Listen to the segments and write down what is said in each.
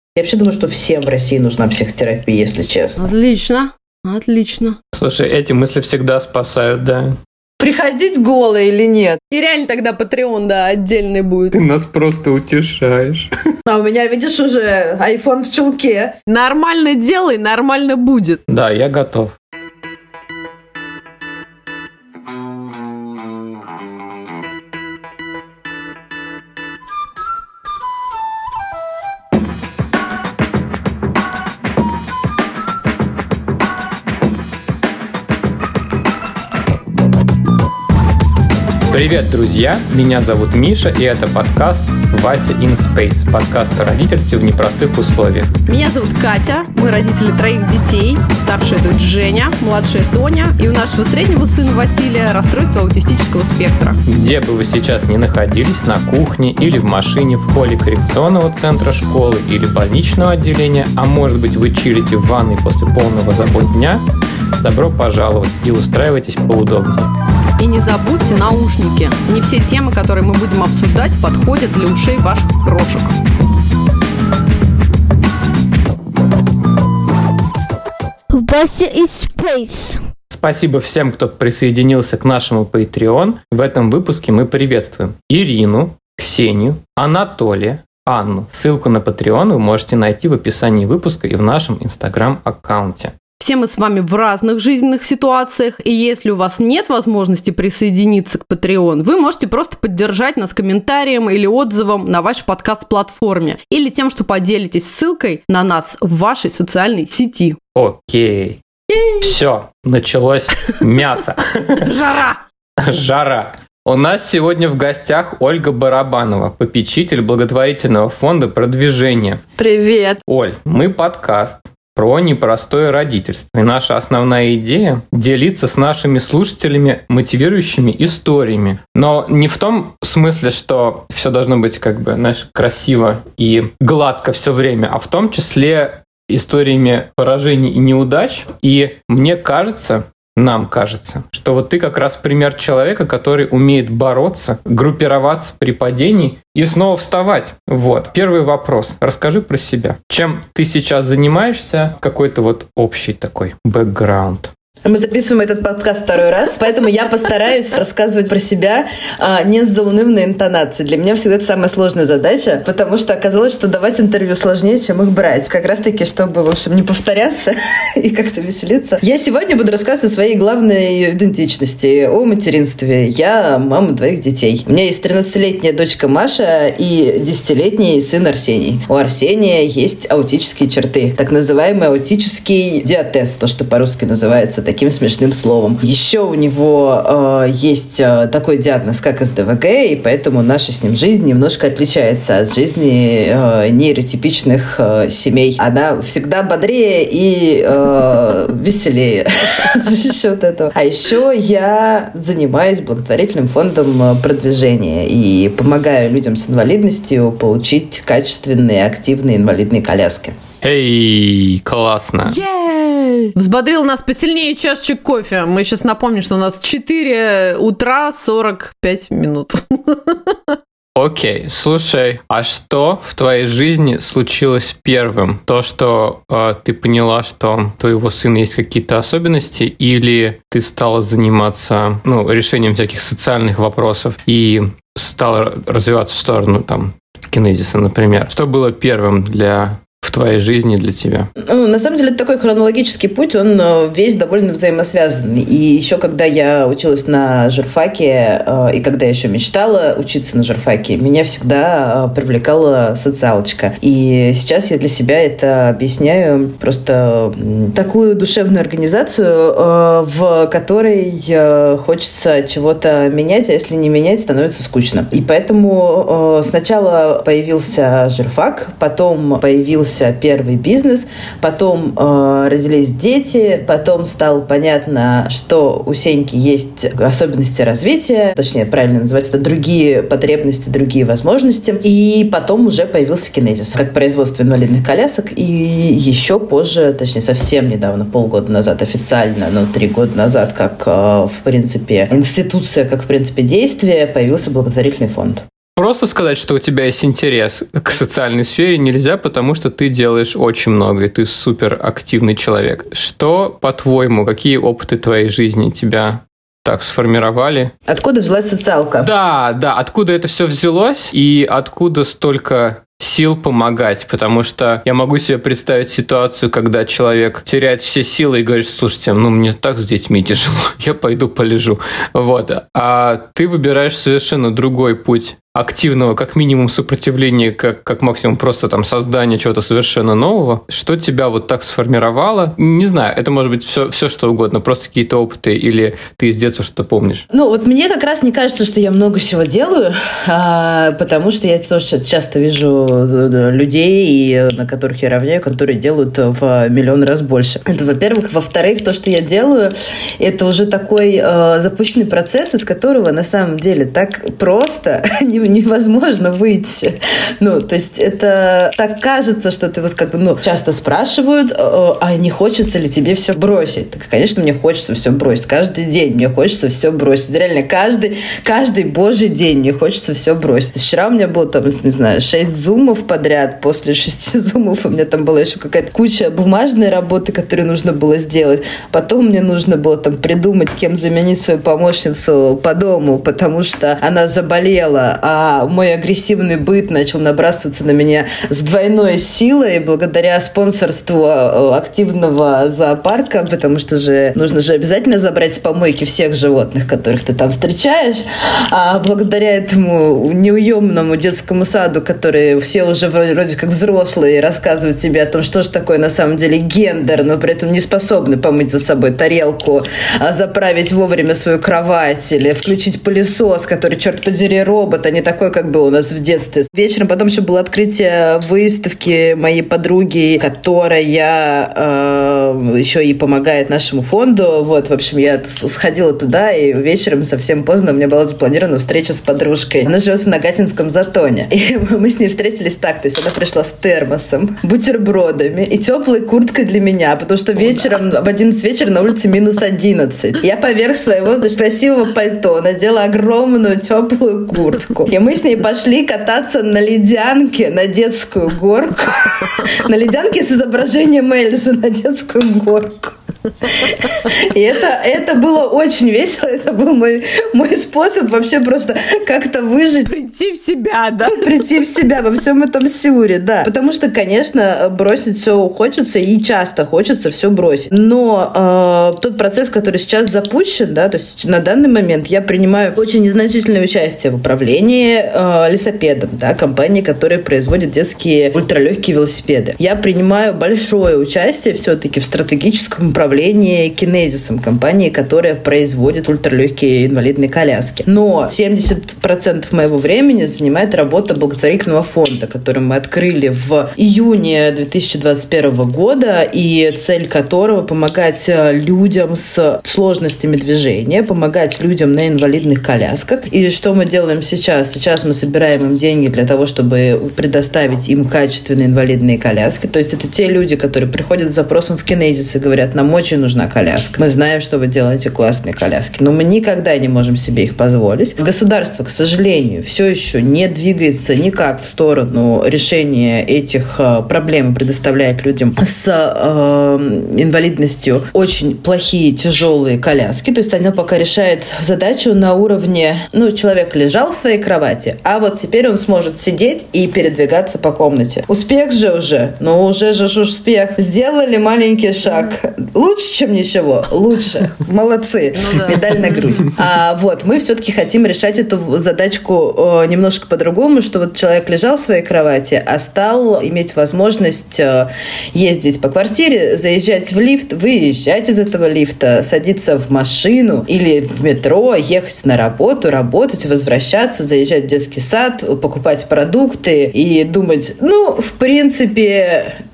Я вообще думаю, что всем в России нужна психотерапия, если честно. Отлично. Слушай, эти мысли всегда спасают, да. Приходить голой или нет? И реально тогда Patreon, да, отдельный будет. Ты нас просто утешаешь. А у меня, видишь, уже iPhone в чулке. Нормально делай, нормально будет. Да, я готов. Привет, друзья! Меня зовут Миша, и это подкаст «Вася in Space», подкаст о родительстве в непростых условиях. Меня зовут Катя, мы родители 3 детей, старшая дочь Женя, младшая Тоня, и у нашего среднего сына Василия расстройство аутистического спектра. Где бы вы сейчас ни находились, на кухне или в машине, в холле коррекционного центра школы или больничного отделения, а может быть вы чилите в ванной после полного забот дня, добро пожаловать и устраивайтесь поудобнее. И не забудьте наушники. Не все темы, которые мы будем обсуждать, подходят для ушей ваших крошек. Вася in Space. Спасибо всем, кто присоединился к нашему Patreon. В этом выпуске мы приветствуем Ирину, Ксению, Анатолия, Анну. Ссылку на Patreon вы можете найти в описании выпуска и в нашем Instagram-аккаунте. Все мы с вами в разных жизненных ситуациях, и если у вас нет возможности присоединиться к Patreon, вы можете просто поддержать нас комментарием или отзывом на вашей подкаст-платформе, или тем, что поделитесь ссылкой на нас в вашей социальной сети. Окей. Все, началось мясо. Жара. У нас сегодня в гостях Ольга Барабанова, попечитель благотворительного фонда «Продвижение». Привет. Оль, мы подкаст про непростое родительство. И наша основная идея – делиться с нашими слушателями мотивирующими историями. Но не в том смысле, что все должно быть красиво и гладко все время, а в том числе историями поражений и неудач. И нам кажется, что вот ты как раз пример человека, который умеет бороться, группироваться при падении и снова вставать. Вот. Первый вопрос. Расскажи про себя. Чем ты сейчас занимаешься? Какой-то общий такой бэкграунд. Мы записываем этот подкаст 2-й раз, поэтому я постараюсь рассказывать про себя не с заунывной интонацией. Для меня всегда это самая сложная задача, потому что оказалось, что давать интервью сложнее, чем их брать. Как раз-таки, чтобы, в общем, не повторяться и как-то веселиться. Я сегодня буду рассказывать о своей главной идентичности, о материнстве. Я мама 2 детей. У меня есть 13-летняя дочка Маша и 10-летний сын Арсений. У Арсения есть аутические черты, так называемый аутический диатез, то, что по-русски называется таким смешным словом. Еще у него есть такой диагноз, как СДВГ, и поэтому наша с ним жизнь немножко отличается от жизни нейротипичных семей. Она всегда бодрее и веселее за счет этого. А еще я занимаюсь благотворительным фондом продвижения и помогаю людям с инвалидностью получить качественные, активные инвалидные коляски. Эй, классно. Взбодрил нас посильнее чашечек кофе. Мы сейчас напомним, что у нас 4 утра 45 минут. Окей, слушай, а что в твоей жизни случилось первым? То, что ты поняла, что у твоего сына есть какие-то особенности, или ты стала заниматься решением всяких социальных вопросов и стала развиваться в сторону кинезиса, например? Что было первым в твоей жизни для тебя? На самом деле, это такой хронологический путь, он весь довольно взаимосвязанный. И еще когда я училась на журфаке, и когда я еще мечтала учиться на журфаке, меня всегда привлекала социалочка. И сейчас я для себя это объясняю просто такую душевную организацию, в которой хочется чего-то менять, а если не менять, становится скучно. И поэтому сначала появился журфак, потом появился первый бизнес, потом родились дети, потом стало понятно, что у Сеньки есть особенности развития, точнее, правильно называть это другие потребности, другие возможности, и потом уже появился кинезис, как производство инвалидных колясок, и еще позже, точнее, совсем недавно, полгода назад официально, 3 года назад, как, в принципе, институция, как, в принципе, действие, появился благотворительный фонд. Просто сказать, что у тебя есть интерес к социальной сфере, нельзя, потому что ты делаешь очень много, и ты супер активный человек. Что, по-твоему, какие опыты твоей жизни тебя так сформировали? Откуда взялась социалка? Да, откуда это все взялось и откуда столько сил помогать, потому что я могу себе представить ситуацию, когда человек теряет все силы и говорит: слушайте, мне так с детьми тяжело, я пойду полежу. Вот. А ты выбираешь совершенно другой путь активного, как минимум, сопротивления, как максимум просто там создания чего-то совершенно нового. Что тебя вот так сформировало? Не знаю, это может быть все что угодно, просто какие-то опыты, или ты из детства что-то помнишь? Вот мне как раз не кажется, что я много всего делаю, потому что я тоже часто вижу людей, на которых я равняю, которые делают в миллион раз больше. Это, во-первых. Во-вторых, то, что я делаю, это уже такой запущенный процесс, из которого на самом деле так просто невозможно выйти. То есть это так кажется, что ты часто спрашивают, а не хочется ли тебе все бросить? Так, конечно, мне хочется все бросить. Каждый день мне хочется все бросить. Реально, каждый божий день мне хочется все бросить. Вчера у меня было 6 зумов подряд. После 6 зумов у меня там была еще какая-то куча бумажной работы, которую нужно было сделать. Потом мне нужно было придумать, кем заменить свою помощницу по дому, потому что она заболела, а мой агрессивный быт начал набрасываться на меня с двойной силой благодаря спонсорству активного зоопарка, потому что нужно обязательно забрать с помойки всех животных, которых ты там встречаешь. А благодаря этому неуемному детскому саду, который все уже вроде как взрослые, рассказывают тебе о том, что же такое на самом деле гендер, но при этом не способны помыть за собой тарелку, заправить вовремя свою кровать или включить пылесос, который, черт подери, робот, а не такой, как был у нас в детстве. Вечером потом еще было открытие выставки моей подруги, которая еще и помогает нашему фонду. В общем, я сходила туда, и вечером совсем поздно у меня была запланирована встреча с подружкой. Она живет в Нагатинском Затоне. И мы с ней встретились так, то есть она пришла с термосом, бутербродами и теплой курткой для меня, потому что вечером, в 11 вечера на улице минус 11. Я поверх своего, красивого пальто надела огромную теплую куртку. И мы с ней пошли кататься на ледянке на детскую горку. На ледянке с изображением Эльзы на детскую горку. И это было очень весело. Это был мой способ вообще просто как-то выжить. Прийти в себя, да? Прийти в себя во всем этом сюре, да. Потому что, конечно, бросить все хочется, и часто хочется все бросить. Но тот процесс, который сейчас запущен, да, то есть на данный момент я принимаю очень незначительное участие в управлении лесопедом, да, компании, которая производит детские ультралегкие велосипеды. Я принимаю большое участие все-таки в стратегическом управлении Кинезисом, компании, которая производит ультралегкие инвалидные коляски. Но 70% моего времени занимает работа благотворительного фонда, который мы открыли в июне 2021 года, и цель которого помогать людям с сложностями движения, помогать людям на инвалидных колясках. И что мы делаем сейчас? Сейчас мы собираем им деньги для того, чтобы предоставить им качественные инвалидные коляски. То есть это те люди, которые приходят с запросом в Кинезис и говорят: нам очень нужна коляска. Мы знаем, что вы делаете классные коляски, но мы никогда не можем себе их позволить. Государство, к сожалению, все еще не двигается никак в сторону решения этих проблем и предоставляет людям с инвалидностью очень плохие, тяжелые коляски. То есть она пока решает задачу на уровне, человек лежал в своей кровати, а вот теперь он сможет сидеть и передвигаться по комнате. Успех же уже, уже успех. Сделали маленький шаг. Лучше, чем ничего. Лучше. Молодцы. Медаль на грудь. Мы все-таки хотим решать эту задачку немножко по-другому, что вот человек лежал в своей кровати, а стал иметь возможность ездить по квартире, заезжать в лифт, выезжать из этого лифта, садиться в машину или в метро, ехать на работу, работать, возвращаться, заезжать в детский сад, покупать продукты и думать, в принципе,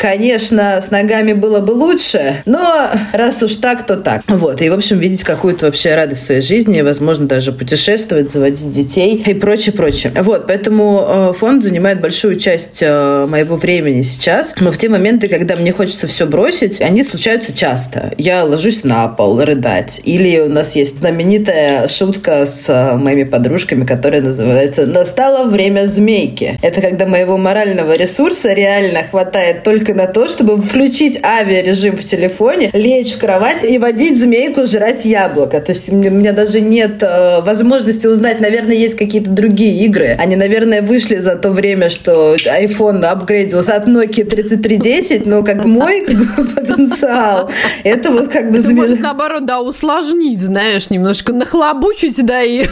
Конечно, с ногами было бы лучше, но раз уж так, то так. Вот, и, в общем, видеть какую-то вообще радость в своей жизни, возможно, даже путешествовать, заводить детей и прочее. Вот, поэтому фонд занимает большую часть моего времени сейчас. Но в те моменты, когда мне хочется все бросить, они случаются часто. Я ложусь на пол рыдать. Или у нас есть знаменитая шутка с моими подружками, которая называется «Настало время змейки». Это когда моего морального ресурса реально хватает только на то, чтобы включить авиарежим в телефоне, лечь в кровать и водить змейку жрать яблоко. То есть у меня даже нет возможности узнать, наверное, есть какие-то другие игры. Они, наверное, вышли за то время, что iPhone апгрейдился от Nokia 3310, но как мой потенциал, это вот как бы... Это может, наоборот, да, усложнить, знаешь, немножко нахлобучить, да, и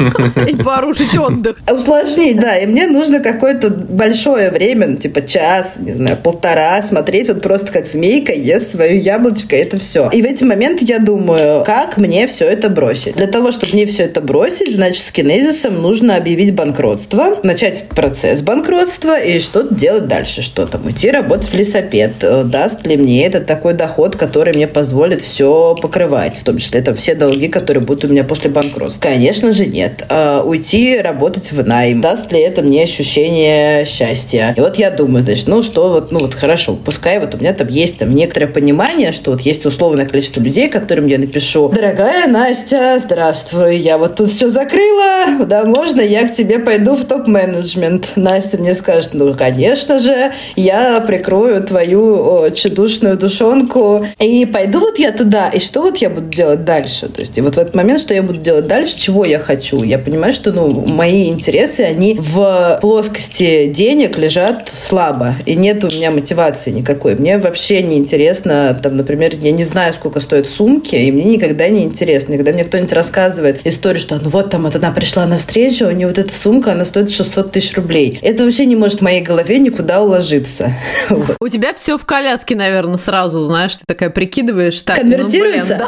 порушить отдых. Усложнить, да, и мне нужно какое-то большое время, ну, типа час, не знаю, полтора, смотреть вот просто как змейка ест свое яблочко, это все. И в эти моменты я думаю, как мне все это бросить? Для того, чтобы мне все это бросить, значит, с кинезисом нужно объявить банкротство, начать процесс банкротства и что-то делать дальше, что там, идти работать в лесопед. Даст ли мне это такой доход, который мне позволит все покрывать, в том числе это все долги, которые будут у меня после банкротства? Конечно же, нет. Уйти работать в найм. Даст ли это мне ощущение счастья? И вот я думаю, значит, хорошо, пускай вот у меня там есть некоторое понимание, что вот есть условное количество людей, которым я напишу: дорогая Настя, здравствуй, я вот тут все закрыла, да, можно я к тебе пойду в топ-менеджмент? Настя мне скажет: ну, конечно же, я прикрою твою тщедушную душонку и пойду вот я туда, и что вот я буду делать дальше? То есть и вот в этот момент, что я буду делать дальше, чего я хочу? Я понимаю, что, мои интересы, они в плоскости денег лежат слабо, и нет у меня мотивации никакой. Мне вообще не интересно, там, например, я не знаю, сколько стоят сумки, и мне никогда не интересно. И когда мне кто-нибудь рассказывает историю, что вот она пришла на встречу, у нее вот эта сумка, она стоит 600 тысяч рублей. Это вообще не может в моей голове никуда уложиться. Вот. У тебя все в коляске, наверное, сразу, знаешь, ты такая прикидываешь. Так, конвертируется?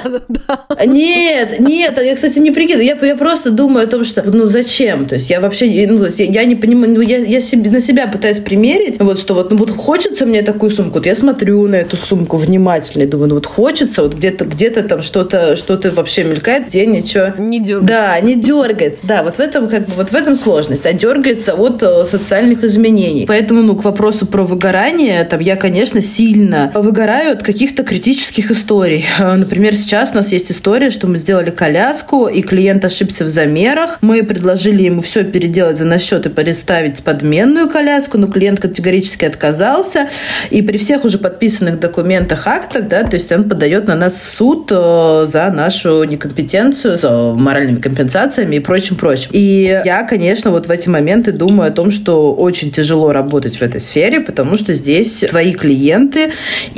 Нет, я, кстати, не прикидываю. Я просто думаю о том, что, зачем? То есть я вообще, я не понимаю, я на себя пытаюсь примерить, вот что вот хочется мне такую сумку, вот я смотрю на эту сумку внимательно и думаю, хочется, вот где-то там что-то вообще мелькает, где ничего... Не дергается. Да, не дергается, да, вот в этом сложность, а дергается от социальных изменений. Поэтому, к вопросу про выгорание, там я, конечно, сильно выгораю от каких-то критических историй. Например, сейчас у нас есть история, что мы сделали коляску, и клиент ошибся в замерах. Мы предложили ему все переделать за наш счет и представить подменную коляску, но клиент категорически отказался. И при всех уже подписанных документах, актах, да, то есть он подает на нас в суд за нашу некомпетенцию, за моральными компенсациями и прочим. И я, конечно, вот в эти моменты думаю о том, что очень тяжело работать в этой сфере, потому что здесь твои клиенты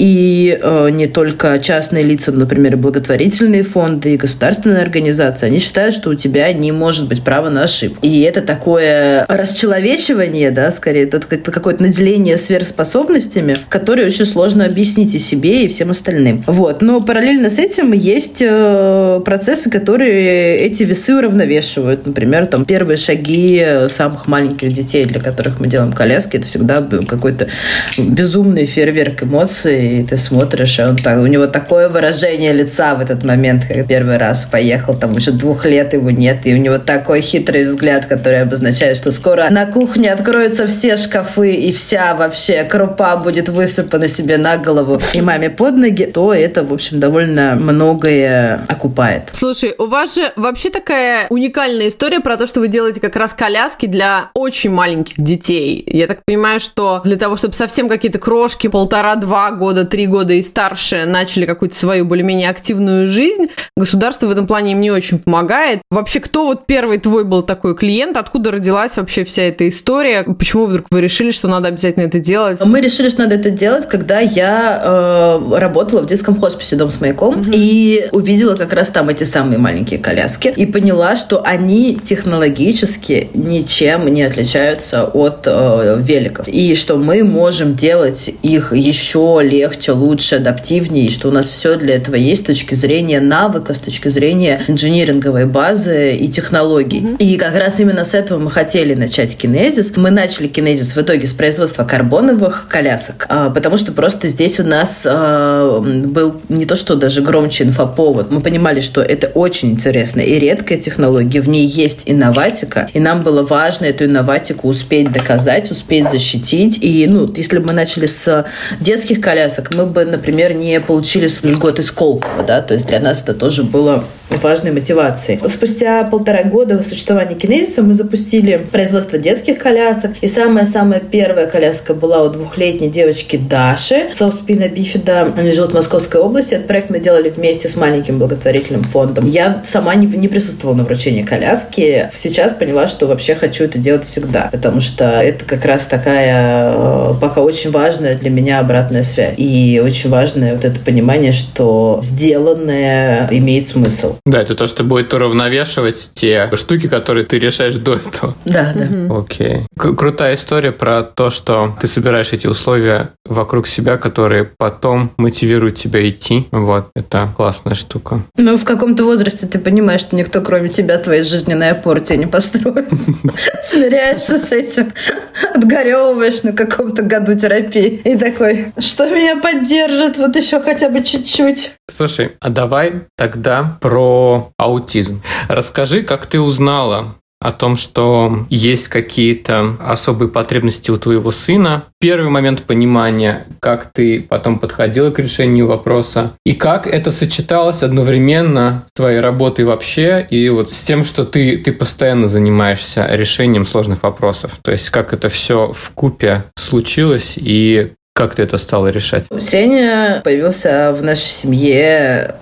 и не только частные лица, например, благотворительные фонды и государственные организации, они считают, что у тебя не может быть права на ошибку. И это такое расчеловечивание, да, скорее, это какое-то наделение сверхспособностями, которые очень сложно объяснить и себе, и всем остальным. Вот. Но параллельно с этим есть процессы, которые эти весы уравновешивают. Например, там первые шаги самых маленьких детей, для которых мы делаем коляски, это всегда какой-то безумный фейерверк эмоций, и ты смотришь, и у него такое выражение лица в этот момент, как первый раз поехал, там уже 2 лет его нет, и у него такой хитрый взгляд, который обозначает, что скоро на кухне откроются все шкафы, и вся вообще крупа будет высыпана себе на голову и маме под ноги, то это, в общем, довольно многое окупает. Слушай, у вас же вообще такая уникальная история про то, что вы делаете как раз коляски для очень маленьких детей. Я так понимаю, что для того, чтобы совсем какие-то крошки 1,5-2 года, 3 года и старше начали какую-то свою более-менее активную жизнь, государство в этом плане им не очень помогает. Вообще, кто вот первый твой был такой клиент? Откуда родилась вообще вся эта история? Почему вдруг вы решили, что надо обязательно это делать? Мы решили, что надо это делать, когда я работала в детском хосписе «Дом с маяком» и увидела как раз там эти самые маленькие коляски и поняла, что они технологически ничем не отличаются от великов. И что мы можем делать их еще легче, лучше, адаптивнее, и что у нас все для этого есть с точки зрения навыка, с точки зрения инжиниринговой базы и технологий. И как раз именно с этого мы хотели начать кинезис. Мы начали кинезис в итоге с производства карбоновых колясок. колясок. Потому что просто здесь у нас был не то что даже громче инфоповод. Мы понимали, что это очень интересная и редкая технология. В ней есть инноватика. И нам было важно эту инноватику успеть доказать, успеть защитить. И, если бы мы начали с детских колясок, мы бы, например, не получили льготы Сколково, да, то есть для нас это тоже было важной мотивацией. Спустя 1,5 года существования Kinesis мы запустили производство детских колясок. И самая-самая первая коляска была у 2-летней девочки Даши со спина бифида. Они живут в Московской области. Этот проект мы делали вместе с маленьким благотворительным фондом. Я сама не присутствовала на вручении коляски. Сейчас поняла, что вообще хочу это делать всегда, потому что это как раз такая пока очень важная для меня обратная связь. И очень важное вот это понимание, что сделанное имеет смысл. Да, это то, что будет уравновешивать те штуки, которые ты решаешь до этого. Да. Окей. Крутая история про то, что ты собираешь эти условия вокруг себя, которые потом мотивируют тебя идти. Вот, это классная штука. В каком-то возрасте ты понимаешь, что никто, кроме тебя, твоей жизненной опоры тебе не построит. Смиряешься с этим, отгоревываешь на каком-то году терапии. И такой, что меня поддержит, вот еще хотя бы чуть-чуть. Слушай, а давай тогда про аутизм. Расскажи, как ты узнала о том, что есть какие-то особые потребности у твоего сына. Первый момент понимания, как ты потом подходила к решению вопроса, и как это сочеталось одновременно с твоей работой вообще, и вот с тем, что ты постоянно занимаешься решением сложных вопросов. То есть, как это все вкупе случилось, и как ты это стала решать? Сеня появился в нашей семье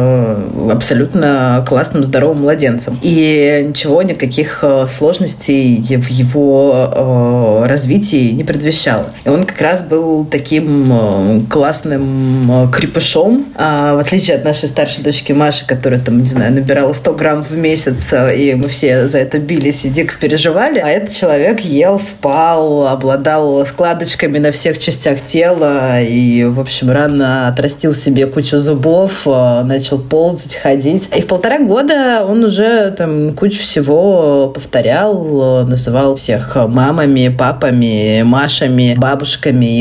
абсолютно классным, здоровым младенцем. И никаких сложностей в его развитии не предвещало. И он как раз был таким классным крепышом, в отличие от нашей старшей дочки Маши, которая набирала 100 грамм в месяц, и мы все за это бились и дико переживали. А этот человек ел, спал, обладал складочками на всех частях тела и, в общем, рано отрастил себе кучу зубов, начал ползать, ходить. И в 1,5 года он уже кучу всего повторял, называл всех мамами, папами, Машами, бабушками и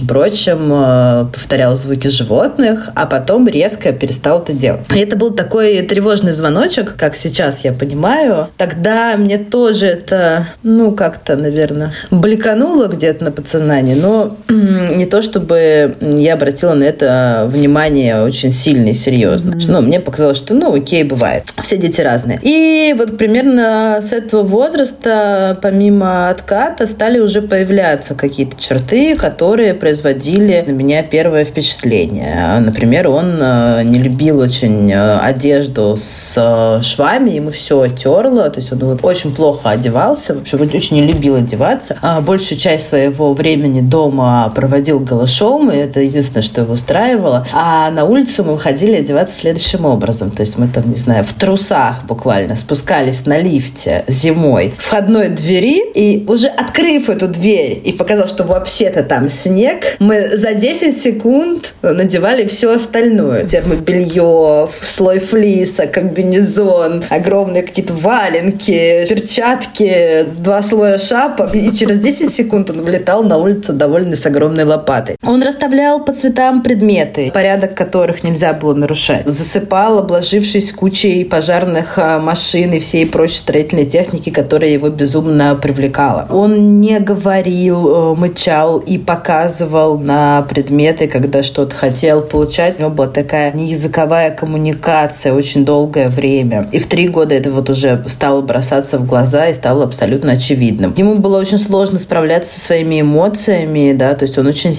прочим, повторял звуки животных, а потом резко перестал это делать. И это был такой тревожный звоночек, как сейчас я понимаю. Тогда мне тоже это, как-то, наверное, бликануло где-то на подсознании, но не то, чтобы я обратила на это внимание очень сильно и серьезно. Мне показалось, что, окей, бывает. Все дети разные. И вот примерно с этого возраста, помимо отката, стали уже появляться какие-то черты, которые производили на меня первое впечатление. Например, он не любил очень одежду с швами, ему все терло, то есть он очень плохо одевался, в общем, очень не любил одеваться. Большую часть своего времени дома проводил голышом, и это единственное, что его устраивало. А на улицу мы выходили одеваться следующим образом. То есть мы в трусах буквально спускались на лифте зимой в входной двери, и уже открыв эту дверь и показал, что вообще-то там снег, мы за 10 секунд надевали все остальное. Термобелье, слой флиса, комбинезон, огромные какие-то валенки, перчатки, 2 слоя шапок. И через 10 секунд он влетал на улицу довольно с огромной лопатой. Он расставлял по цветам предметы, порядок которых нельзя было нарушать. Засыпал, обложившись кучей пожарных машин и всей прочей строительной техники, которая его безумно привлекала. Он не говорил, мычал и показывал на предметы, когда что-то хотел получать. У него была такая неязыковая коммуникация очень долгое время. И в 3 года это уже стало бросаться в глаза и стало абсолютно очевидным. Ему было очень сложно справляться со своими эмоциями, то есть он очень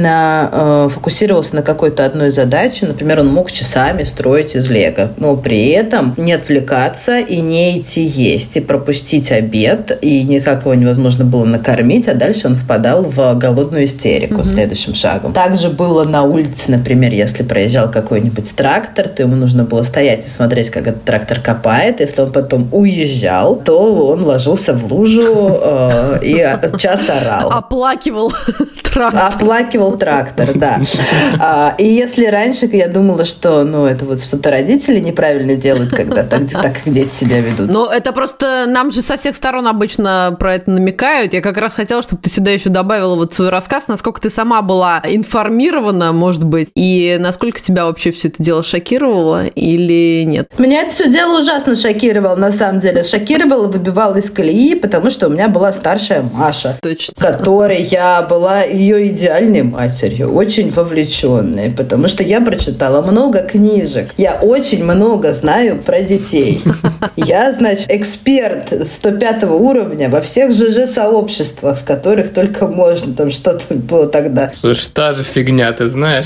сильно фокусировался на какой-то одной задаче. Например, он мог часами строить из лего, но при этом не отвлекаться и не идти есть, и пропустить обед, и никак его невозможно было накормить, а дальше он впадал в голодную истерику следующим шагом. Также было на улице, например, если проезжал какой-нибудь трактор, то ему нужно было стоять и смотреть, как этот трактор копает. Если он потом уезжал, то он ложился в лужу и час орал. Оплакивал трактор. Оплакивал трактор, да. И если раньше я думала, что, это вот что-то родители неправильно делают, когда так их дети себя ведут. Ну, это просто нам же со всех сторон обычно про это намекают. Я как раз хотела, чтобы ты сюда еще добавила вот свой рассказ, насколько ты сама была информирована, может быть, и насколько тебя вообще все это дело шокировало или нет? Меня это все дело ужасно шокировало, на самом деле. Шокировало, выбивало из колеи, потому что у меня была старшая Маша, которой я была ее идеальной матерью, очень вовлеченной, потому что я прочитала много книжек, я очень много знаю про детей. Я, значит, эксперт 105 уровня во всех ЖЖ-сообществах, в которых только можно, там что-то было тогда. Слушай, та же фигня, ты знаешь?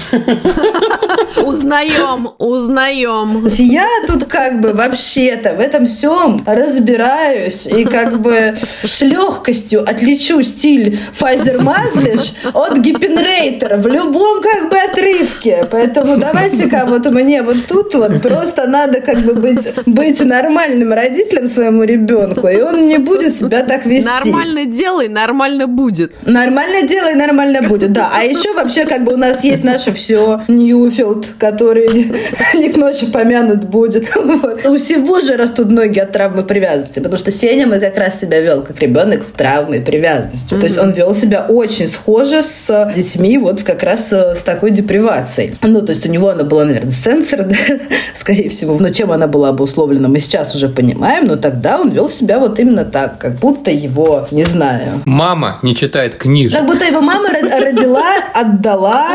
Узнаем. Я тут вообще-то в этом всем разбираюсь и с легкостью отличу стиль Файзер-Мазлиш от Гиппенрейтера в любом отрывке. Поэтому давайте-ка мне вот тут просто надо быть нормальным родителем своему ребенку, и он не будет себя так вести. Нормально делай, нормально будет. Нормально делай, нормально будет, да. А еще вообще у нас есть наше все Ньюфилд, который не к ночи помянут будет. Вот. У всего же растут ноги от травмы привязанности, потому что Сеня мы как раз себя вел как ребенок с травмой привязанностью. То есть он вел себя очень схоже с детьми как раз с такой депривацией. То есть у него она была, наверное, сенсор, да? Скорее всего. Но чем она была обусловлена, мы сейчас уже понимаем, но тогда он вел себя именно так, как будто его, не знаю... Мама не читает книжек. Как будто его мама родила, отдала...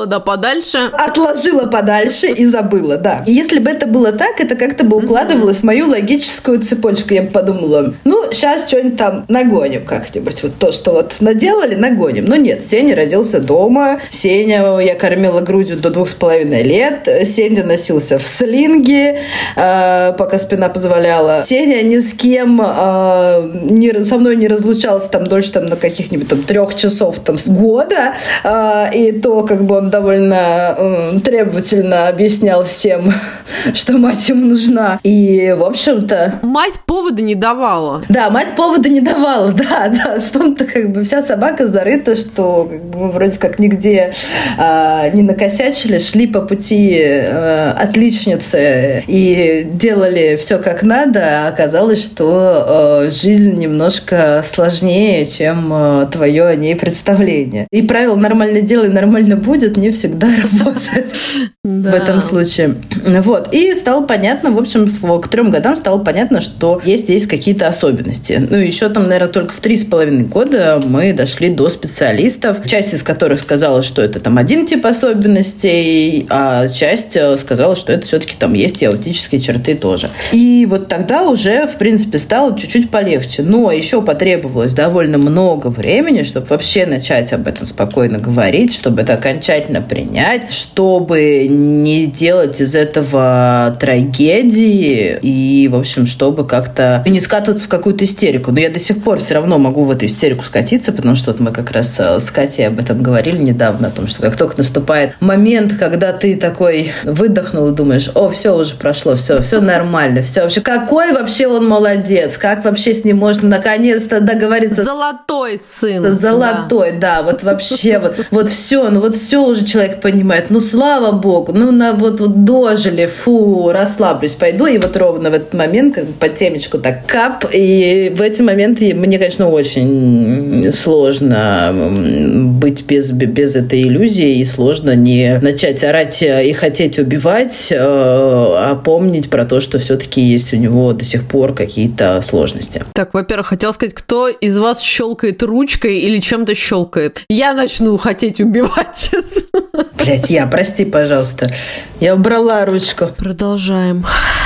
Отложила подальше и забыла, да. И если бы это было так, это как-то бы укладывалось в мою логическую цепочку. Я бы подумала, сейчас что-нибудь там нагоним как-нибудь. Вот то, что наделали, нагоним. Но нет, Сеня родился дома. Сеня я кормила грудью до 2,5 лет. Сеня носился в слинге, пока спина позволяла. Сеня ни с кем со мной не разлучался дольше на каких-нибудь 3 часов года. И то он довольно требовательно объяснял всем, что мать ему нужна. И, в общем-то... Мать повода не давала. Да, мать повода не давала, да. В том-то вся собака зарыта, что мы вроде как нигде не накосячили, шли по пути отличницы и делали все как надо, а оказалось, что жизнь немножко сложнее, чем твое о ней представление. И правило «нормально делай, нормально будет» не всегда работает в этом случае. Вот. И стало понятно, в общем, к 3 годам стало понятно, что есть какие-то особенности. Еще наверное, только в 3,5 года мы дошли до специалистов, часть из которых сказала, что это один тип особенностей, а часть сказала, что это все-таки есть и аутические черты тоже. И тогда уже, в принципе, стало чуть-чуть полегче. Но еще потребовалось довольно много времени, чтобы вообще начать об этом спокойно говорить, чтобы это окончательно принять, чтобы не делать из этого трагедии и, в общем, чтобы как-то не скатываться в какую-то истерику. Но я до сих пор все равно могу в эту истерику скатиться, потому что мы как раз с Катей об этом говорили недавно, о том, что как только наступает момент, когда ты такой выдохнул и думаешь, все уже прошло, все нормально, все вообще, какой вообще он молодец, как вообще с ним можно наконец-то договориться. Золотой сын. Золотой, да, вообще, все уже человек понимает, слава богу, дожили, расслаблюсь, пойду, и ровно в этот момент по темечку так кап, и в эти моменты мне, конечно, очень сложно быть без этой иллюзии, и сложно не начать орать и хотеть убивать, а помнить про то, что все-таки есть у него до сих пор какие-то сложности. Так, во-первых, хотела сказать, кто из вас щелкает ручкой или чем-то щелкает? Я начну хотеть убивать. Блять, прости, пожалуйста. Я убрала ручку. Продолжаем.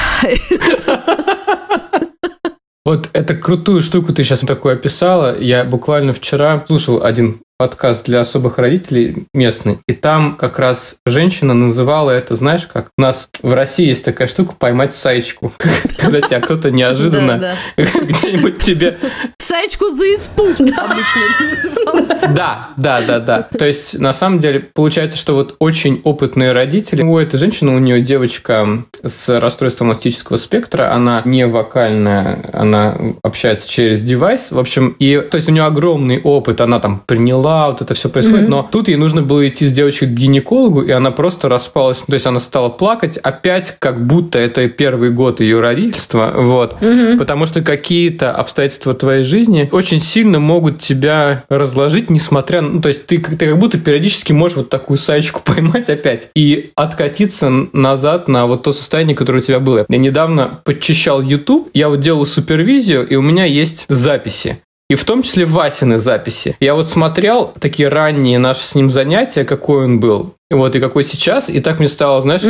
Вот эту крутую штуку ты сейчас такое описала. Я буквально вчера слушал один подкаст для особых родителей местный, и там как раз женщина называла это, знаешь, как у нас в России есть такая штука поймать саечку, когда тебя кто-то неожиданно где-нибудь тебе... Саечку за испуг обычно. Да. То есть, на самом деле, получается, что очень опытные родители, у этой женщины, у нее девочка с расстройством аутического спектра, она не вокальная, она общается через девайс, в общем, и то есть у нее огромный опыт, она там приняла родила, вот это все происходит. Но тут ей нужно было идти с девочкой к гинекологу, и она просто распалась. То есть она стала плакать опять, как будто это первый год ее родительства. Вот. Потому что какие-то обстоятельства твоей жизни очень сильно могут тебя разложить, несмотря на... то есть ты как будто периодически можешь вот такую саечку поймать опять и откатиться назад на вот то состояние, которое у тебя было. Я недавно подчищал YouTube, я вот делал супервизию, и у меня есть записи. И в том числе Васины записи. Я вот смотрел такие ранние наши с ним занятия, какой он был. Вот, и какой сейчас, и так мне стало, знаешь,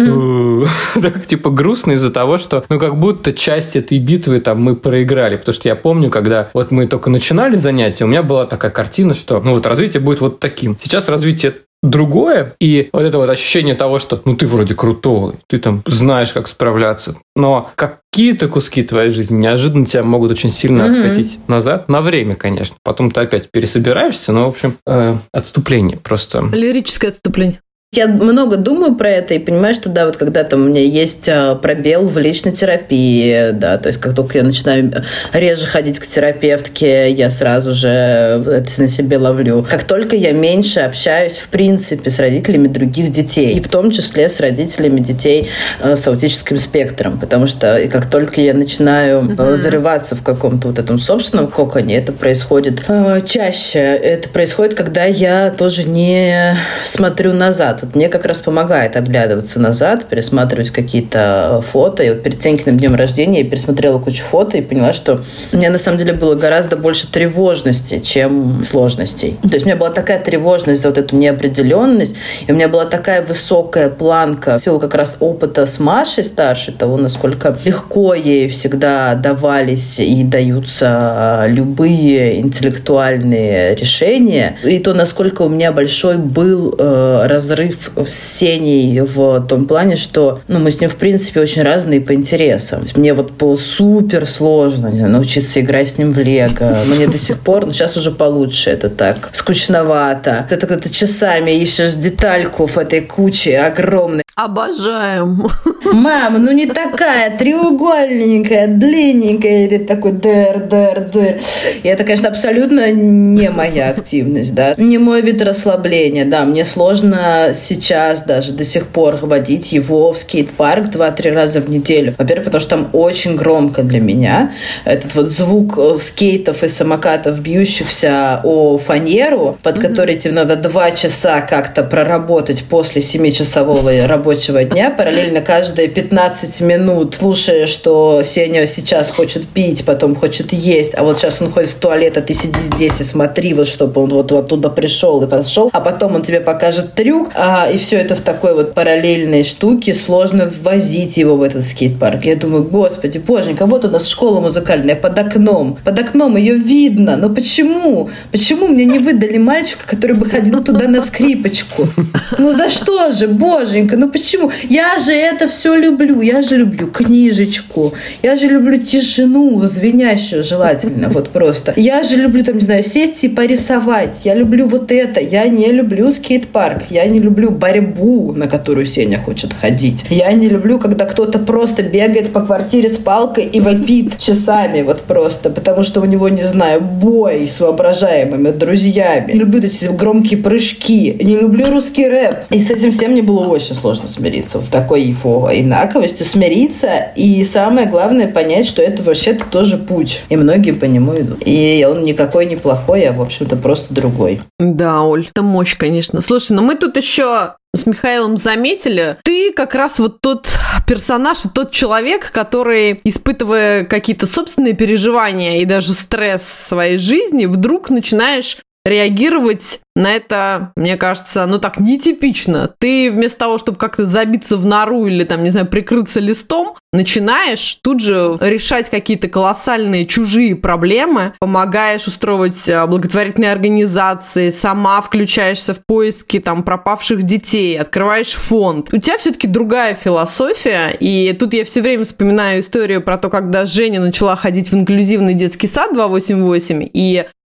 так, типа, грустно из-за того, что, как будто часть этой битвы там мы проиграли, потому что я помню, когда вот мы только начинали занятия, у меня была такая картина, что, развитие будет вот таким. Сейчас развитие другое, и вот это вот ощущение того, что, ты вроде крутой, ты там знаешь, как справляться, но какие-то куски твоей жизни неожиданно тебя могут очень сильно откатить назад, на время, конечно. Потом ты опять пересобираешься, но, в общем, отступление просто. Лирическое отступление. Я много думаю про это и понимаю, что, да, вот когда там у меня есть пробел в личной терапии, да, то есть как только я начинаю реже ходить к терапевтке, я сразу же это на себе ловлю. Как только я меньше общаюсь, в принципе, с родителями других детей, и в том числе с родителями детей с аутическим спектром, потому что и как только я начинаю зарываться в каком-то вот этом собственном коконе, это происходит чаще. Это происходит, когда я тоже не смотрю назад. Вот мне как раз помогает оглядываться назад, пересматривать какие-то фото. И вот перед Тенькиным днем рождения я пересмотрела кучу фото и поняла, что у меня на самом деле было гораздо больше тревожности, чем сложностей. То есть у меня была такая тревожность за вот эту неопределенность, и у меня была такая высокая планка в силу как раз опыта с Машей старшей, того, насколько легко ей всегда давались и даются любые интеллектуальные решения, и то, насколько у меня большой был разрыв с Сеней в том плане, что мы с ним, в принципе, очень разные по интересам. Мне вот было супер сложно научиться играть с ним в лего. Мне до сих пор, сейчас уже получше, это так скучновато. Ты когда ты часами ищешь детальку в этой куче огромной. Обожаем. Мама, не такая, треугольненькая, длинненькая, и ты такой дыр. И это, конечно, абсолютно не моя активность, да. Не мой вид расслабления, да. Мне сложно сейчас даже до сих пор водить его в скейт-парк 2-3 раза в неделю. Во-первых, потому что там очень громко для меня. Этот вот звук скейтов и самокатов, бьющихся о фанеру, под который тебе надо 2 часа как-то проработать после 7-часового рабочего дня, параллельно каждые 15 минут слушая, что Сеня сейчас хочет пить, потом хочет есть, а вот сейчас он ходит в туалет, а ты сиди здесь и смотри, вот чтобы он вот оттуда пришел и пошел, а потом он тебе покажет трюк, и все это в такой вот параллельной штуке, сложно ввозить его в этот скейт-парк. Я думаю, господи, боженька, вот у нас школа музыкальная под окном ее видно, но почему? Почему мне не выдали мальчика, который бы ходил туда на скрипочку? За что же, боженька, почему? Я же это все люблю. Я же люблю книжечку. Я же люблю тишину, звенящую желательно. Вот просто. Я же люблю, сесть и порисовать. Я люблю вот это. Я не люблю скейт-парк. Я не люблю борьбу, на которую Сеня хочет ходить. Я не люблю, когда кто-то просто бегает по квартире с палкой и вопит часами. Вот просто. Потому что у него, не знаю, бой с воображаемыми друзьями. Не люблю эти громкие прыжки. Не люблю русский рэп. И с этим всем мне было очень сложно смириться. Вот в такой его инаковости смириться. И самое главное понять, что это вообще-то тоже путь. И многие по нему идут. И он никакой не плохой, а в общем-то просто другой. Да, Оль, это мощь, конечно. Слушай, мы тут еще с Михаилом заметили, ты как раз вот тот персонаж и тот человек, который, испытывая какие-то собственные переживания и даже стресс в своей жизни, вдруг начинаешь реагировать на это, мне кажется, так нетипично. Ты вместо того, чтобы как-то забиться в нору или прикрыться листом, начинаешь тут же решать какие-то колоссальные чужие проблемы, помогаешь устроить благотворительные организации, сама включаешься в поиски пропавших детей, открываешь фонд. У тебя все-таки другая философия, и тут я все время вспоминаю историю про то, когда Женя начала ходить в инклюзивный детский сад 288, и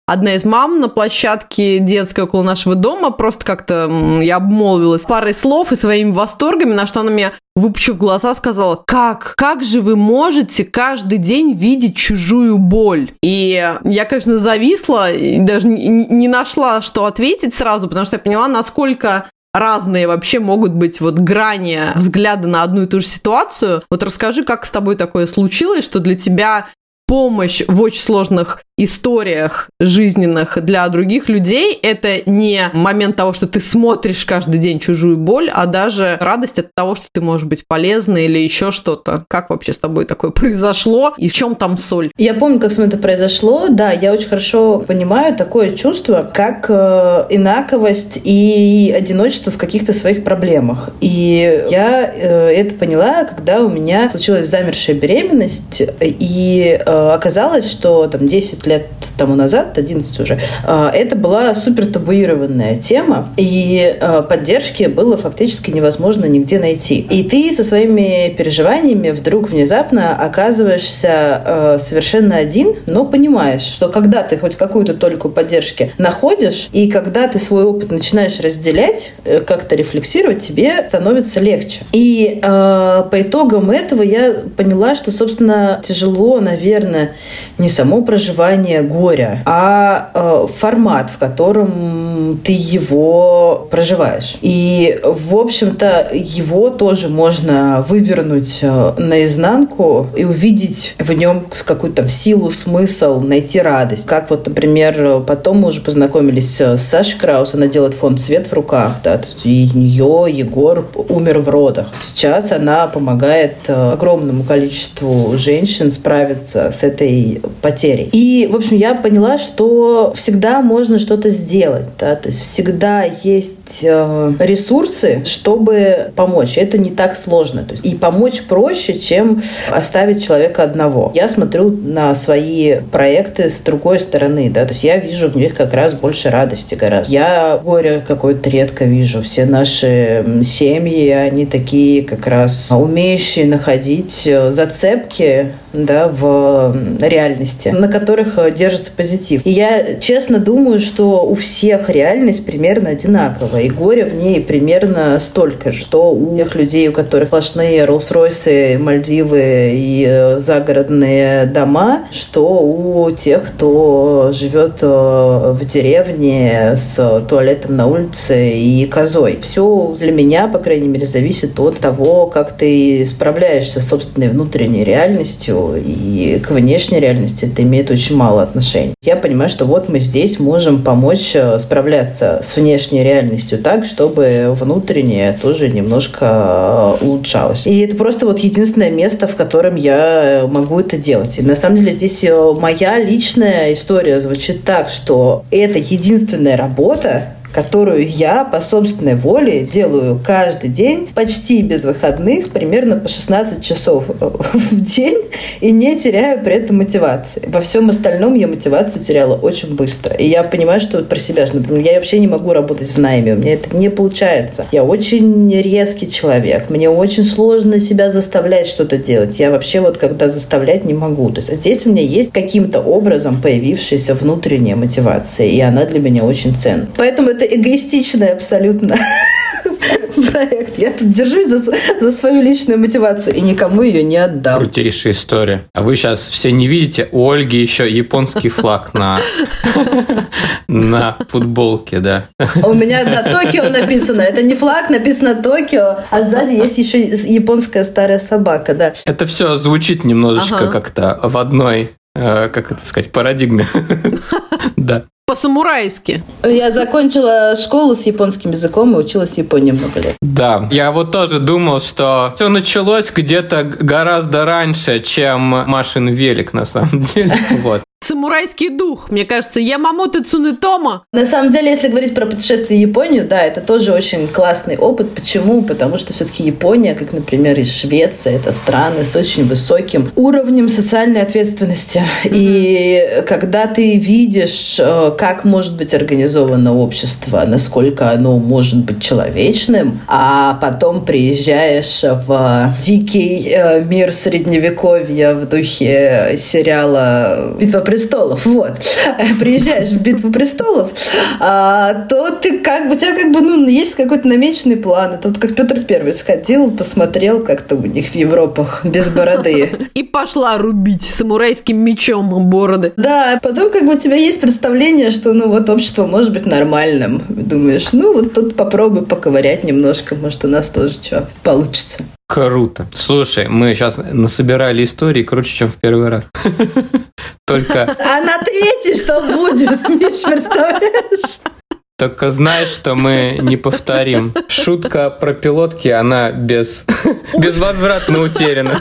одна из мам на площадке детской около нашего дома, просто как-то я обмолвилась парой слов и своими восторгами, на что она меня, выпучив глаза, сказала: как же вы можете каждый день видеть чужую боль? И я, конечно, зависла и даже не нашла, что ответить сразу, потому что я поняла, насколько разные вообще могут быть вот грани взгляда на одну и ту же ситуацию. Вот расскажи, как с тобой такое случилось, что для тебя помощь в очень сложных историях жизненных для других людей — это не момент того, что ты смотришь каждый день чужую боль, а даже радость от того, что ты можешь быть полезной или еще что-то. Как вообще с тобой такое произошло и в чем там соль? Я помню, как со мной это произошло. Да, я очень хорошо понимаю такое чувство, как инаковость и одиночество в каких-то своих проблемах. И я это поняла, когда у меня случилась замершая беременность, и оказалось, что там 10 лет тому назад, 11 уже, это была супер табуированная тема, и поддержки было фактически невозможно нигде найти. И ты со своими переживаниями вдруг внезапно оказываешься совершенно один, но понимаешь, что когда ты хоть какую-то толику поддержки находишь, и когда ты свой опыт начинаешь разделять, как-то рефлексировать, тебе становится легче. И по итогам этого я поняла, что, собственно, тяжело, наверное, не само проживание горя, а формат, в котором ты его проживаешь. И, в общем-то, его тоже можно вывернуть наизнанку и увидеть в нем какую-то там силу, смысл, найти радость. Как вот, например, потом мы уже познакомились с Сашей Краус, она делает фонд «Свет в руках», да, то есть и ее Егор умер в родах. Сейчас она помогает огромному количеству женщин справиться с этой потерей. И, в общем, я поняла, что всегда можно что-то сделать, да, то есть всегда есть ресурсы, чтобы помочь. Это не так сложно. То есть и помочь проще, чем оставить человека одного. Я смотрю на свои проекты с другой стороны, да, то есть я вижу в них как раз больше радости гораздо. Я горе какое-то редко вижу. Все наши семьи, они такие как раз умеющие находить зацепки, да, в реальности, на которых держится позитив. И я честно думаю, что у всех реальность примерно одинаковая, и горе в ней примерно столько же, что у тех людей, у которых сплошные Роллс-Ройсы, Мальдивы и загородные дома, что у тех, кто живет в деревне с туалетом на улице и козой. Все для меня, по крайней мере, зависит от того, как ты справляешься с собственной внутренней реальностью, и к внешней реальности это имеет очень мало отношений. Я понимаю, что вот мы здесь можем помочь справляться с внешней реальностью так, чтобы внутренняя тоже немножко улучшалась. И это просто вот единственное место, в котором я могу это делать. И на самом деле здесь моя личная история звучит так, что это единственная работа, которую я по собственной воле делаю каждый день, почти без выходных, примерно по 16 часов в день, и не теряю при этом мотивации. Во всем остальном я мотивацию теряла очень быстро. И я понимаю, что вот про себя же, например, я вообще не могу работать в найме, у меня это не получается. Я очень резкий человек, мне очень сложно себя заставлять что-то делать. Я вообще вот когда заставлять не могу. То есть здесь у меня есть каким-то образом появившаяся внутренняя мотивация, и она для меня очень ценна. Поэтому это эгоистичный абсолютно проект. Я тут держусь за свою личную мотивацию и никому ее не отдам. Крутейшая история. А вы сейчас все не видите, у Ольги еще японский флаг на футболке, да. У меня, да, Токио написано. Это не флаг, написано Токио, а сзади есть еще японская старая собака, да. Это все звучит немножечко как-то в одной, как это сказать, парадигме. Да. По-самурайски. Я закончила школу с японским языком и училась в Японии много лет. Да, я вот тоже думал, что все началось где-то гораздо раньше, чем Машин велик, на самом деле. Вот. Самурайский дух, мне кажется, Ямамото Цунетома. На самом деле, если говорить про путешествие в Японию, да, это тоже очень классный опыт. Почему? Потому что все-таки Япония, как, например, и Швеция, это страны с очень высоким уровнем социальной ответственности. И когда ты видишь, как может быть организовано общество, насколько оно может быть человечным, а потом приезжаешь в дикий мир Средневековья в духе сериала «Битва престолов, приезжаешь в «Битву престолов», то ты у тебя есть какой-то намеченный план. Это как Петр I сходил, посмотрел как-то у них в Европах без бороды. И пошла рубить самурайским мечом бороды. Да, потом у тебя есть представление, что общество может быть нормальным. Думаешь, тут попробуй поковырять немножко, может, у нас тоже что получится. Круто. Слушай, мы сейчас насобирали истории круче, чем в первый раз. Только... А на третий что будет, Миш, представляешь? Только знаешь, что мы не повторим. Шутка про пилотки, она безвозвратно утеряна.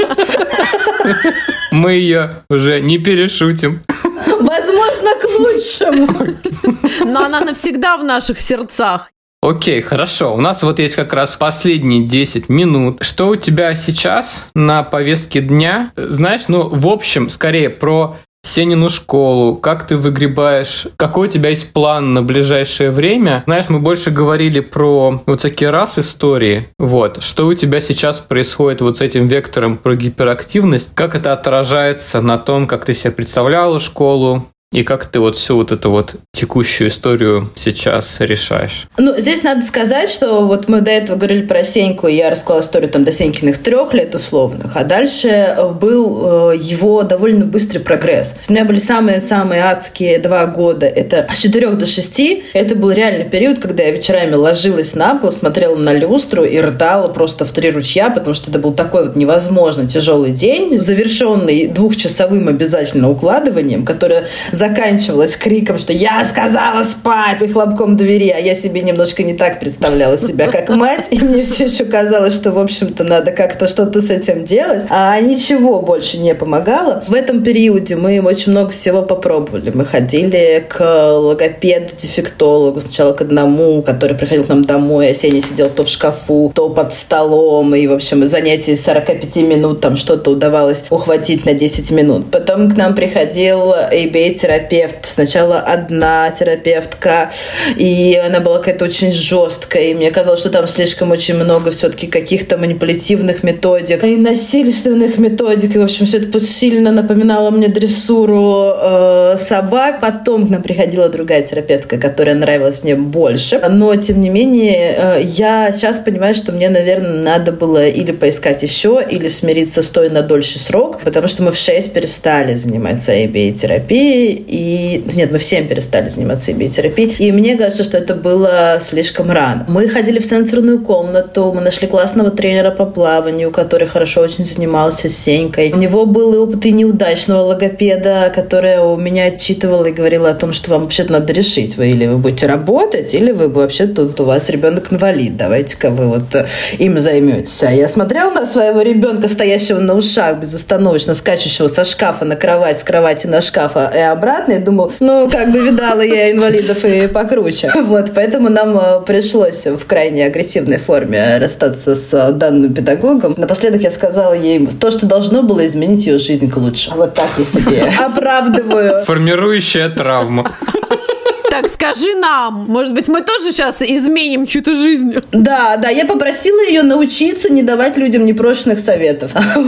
Мы ее уже не перешутим. Возможно, к лучшему. Но она навсегда в наших сердцах. Окей, хорошо. У нас есть как раз последние 10 минут. Что у тебя сейчас на повестке дня? Знаешь, в общем, скорее про Сенину школу, как ты выгребаешь, какой у тебя есть план на ближайшее время. Знаешь, мы больше говорили про всякие истории. Что у тебя сейчас происходит с этим вектором про гиперактивность? Как это отражается на том, как ты себе представляла школу? И как ты всю эту текущую историю сейчас решаешь? Здесь надо сказать, что мы до этого говорили про Сеньку, и я рассказала историю до Сенькиных 3 лет условных, а дальше был его довольно быстрый прогресс. У меня были самые-самые адские 2 года. Это с 4 до 6. Это был реальный период, когда я вечерами ложилась на пол, смотрела на люстру и рыдала просто в 3 ручья, потому что это был такой невозможно тяжелый день, завершенный 2-часовым обязательно укладыванием, которое заканчивалась криком, что «я сказала спать!» и хлопком двери, а я себе немножко не так представляла себя, как мать, и мне все еще казалось, что, в общем-то, надо как-то что-то с этим делать, а ничего больше не помогало. В этом периоде мы очень много всего попробовали. Мы ходили к логопеду, дефектологу, сначала к одному, который приходил к нам домой, а Сеня сидел то в шкафу, то под столом, и, в общем, занятие 45 минут, там что-то удавалось ухватить на 10 минут. Потом к нам приходил ABA-терапевт, сначала одна терапевтка, и она была какая-то очень жесткая, и мне казалось, что там слишком очень много все-таки каких-то манипулятивных методик и насильственных методик, и, в общем, все это сильно напоминало мне дрессуру собак. Потом к нам приходила другая терапевтка, которая нравилась мне больше, но, тем не менее, я сейчас понимаю, что мне, наверное, надо было или поискать еще, или смириться с той на дольший срок, потому что мы в 6 перестали заниматься ABA-терапией, мы в 7 перестали заниматься ABA-терапией, и мне кажется, что это было слишком рано. Мы ходили в сенсорную комнату, мы нашли классного тренера по плаванию, который хорошо очень занимался с Сенькой. У него был и опыт и неудачного логопеда, которая у меня отчитывала и говорила о том, что вам вообще-то надо решить, вы или вы будете работать, или вы вообще-то тут у вас ребенок-инвалид, давайте-ка вы им займетесь. А я смотрела на своего ребенка, стоящего на ушах, безостановочно скачущего со шкафа на кровать, с кровати на шкаф и обратно, и думал, видала я инвалидов и покруче. Поэтому нам пришлось в крайне агрессивной форме расстаться с данным педагогом. Напоследок я сказала ей то, что должно было изменить ее жизнь к лучшему. Так я себе оправдываю. Формирующая травма. Так, скажи нам, может быть, мы тоже сейчас изменим чью-то жизнь? Да, я попросила ее научиться не давать людям непрошенных советов.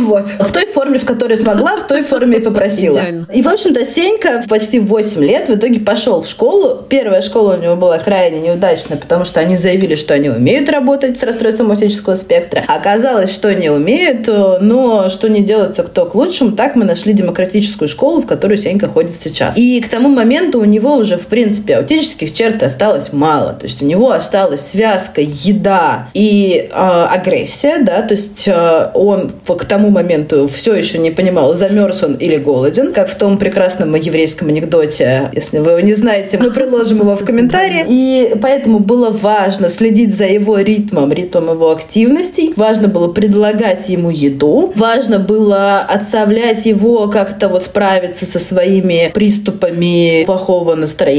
В той форме, в которой смогла, в той форме и попросила. Идеально. И, в общем-то, Сенька в почти 8 лет в итоге пошел в школу. Первая школа у него была крайне неудачная, потому что они заявили, что они умеют работать с расстройством аутического спектра. Оказалось, что не умеют, но что не делается, кто к лучшему. Так мы нашли демократическую школу, в которую Сенька ходит сейчас. И к тому моменту у него уже, в принципе, аутических черт осталось мало. То есть у него осталась связка еда и агрессия, да, то есть он к тому моменту все еще не понимал, замерз он или голоден, как в том прекрасном еврейском анекдоте. Если вы его не знаете, мы приложим его в комментарии. И поэтому было важно следить за его ритмом его активностей. Важно было предлагать ему еду. Важно было отставлять его как-то справиться со своими приступами плохого настроения.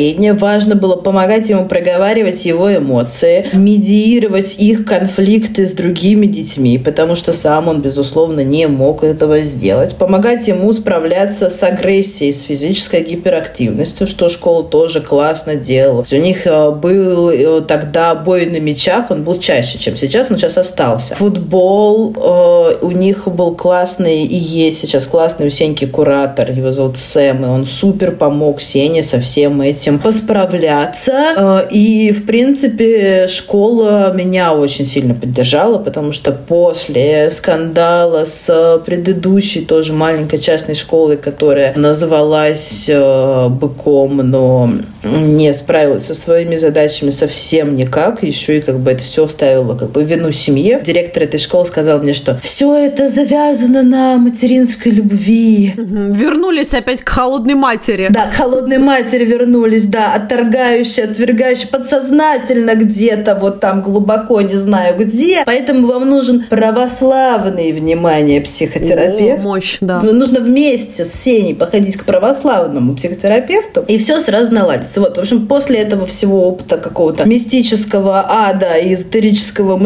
важно было помогать ему проговаривать его эмоции, медиировать их конфликты с другими детьми, потому что сам он, безусловно, не мог этого сделать, помогать ему справляться с агрессией, с физической гиперактивностью, что школа тоже классно делала. У них был тогда бой на мячах, он был чаще, чем сейчас, но сейчас остался. Футбол у них был классный и есть сейчас классный у Сеньки куратор, его зовут Сэм, и он супер помог Сене со всем этим посправляться. И, в принципе, школа меня очень сильно поддержала, потому что после скандала с предыдущей тоже маленькой частной школой, которая называлась «Быком», но не справилась со своими задачами совсем никак, еще и это все ставило вину семье. Директор этой школы сказал мне, что все это завязано на материнской любви. Вернулись опять к холодной матери. Да, к холодной матери вернулись, да, отторгающие, отвергающие, подсознательно где-то, вот там глубоко, не знаю где. Поэтому вам нужен православный, внимание, психотерапевт. Мощь, да. Нужно вместе с Сеней походить к православному психотерапевту, и все сразу наладится. Вот, в общем, после этого всего опыта какого-то мистического ада и эзотерического